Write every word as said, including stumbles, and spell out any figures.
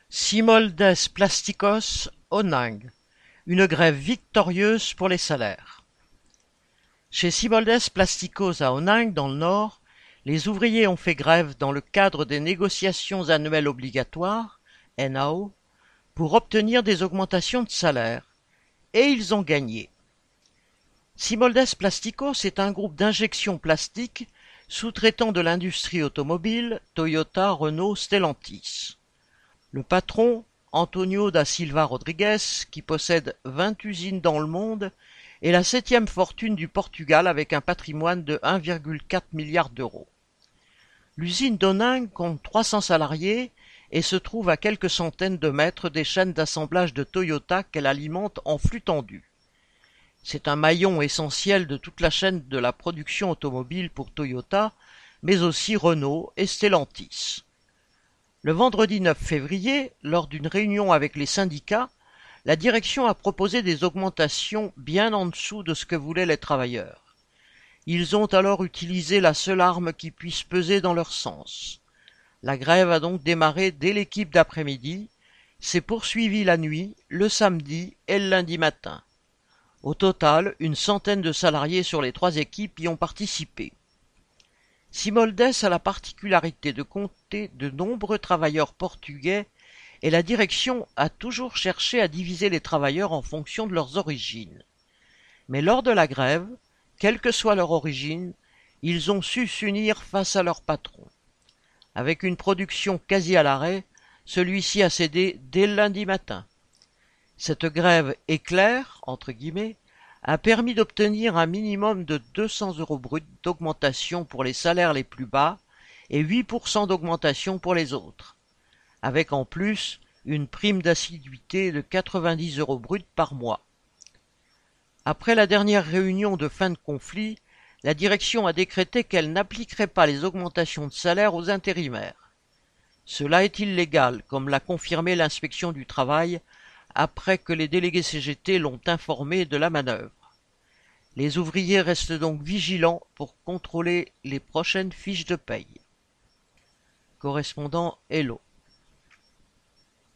Simoldes Plasticos, Onningue, une grève victorieuse pour les salaires. Chez Simoldes Plasticos à Onningue, dans le Nord, les ouvriers ont fait grève dans le cadre des négociations annuelles obligatoires, N A O, pour obtenir des augmentations de salaire, et ils ont gagné. Simoldes Plasticos est un groupe d'injection plastique sous-traitant de l'industrie automobile Toyota, Renault, Stellantis. Le patron, Antonio da Silva Rodrigues, qui possède vingt usines dans le monde, est la septième fortune du Portugal avec un patrimoine de un virgule quatre milliard d'euros. L'usine d'Onningue compte trois cents salariés et se trouve à quelques centaines de mètres des chaînes d'assemblage de Toyota qu'elle alimente en flux tendu. C'est un maillon essentiel de toute la chaîne de la production automobile pour Toyota, mais aussi Renault et Stellantis. Le vendredi neuf février, lors d'une réunion avec les syndicats, la direction a proposé des augmentations bien en dessous de ce que voulaient les travailleurs. Ils ont alors utilisé la seule arme qui puisse peser dans leur sens. La grève a donc démarré dès l'équipe d'après-midi, s'est poursuivie la nuit, le samedi et le lundi matin. Au total, une centaine de salariés sur les trois équipes y ont participé. Simoldes a la particularité de compter de nombreux travailleurs portugais et la direction a toujours cherché à diviser les travailleurs en fonction de leurs origines. Mais lors de la grève, quelle que soit leur origine, ils ont su s'unir face à leur patron. Avec une production quasi à l'arrêt, celui-ci a cédé dès le lundi matin. Cette grève éclair, entre guillemets, a permis d'obtenir un minimum de deux cents euros bruts d'augmentation pour les salaires les plus bas et huit pour cent d'augmentation pour les autres, avec en plus une prime d'assiduité de quatre-vingt-dix euros bruts par mois. Après la dernière réunion de fin de conflit, la direction a décrété qu'elle n'appliquerait pas les augmentations de salaire aux intérimaires. Cela est illégal, comme l'a confirmé l'inspection du travail après que les délégués C G T l'ont informé de la manœuvre. Les ouvriers restent donc vigilants pour contrôler les prochaines fiches de paye. Correspondant Hello.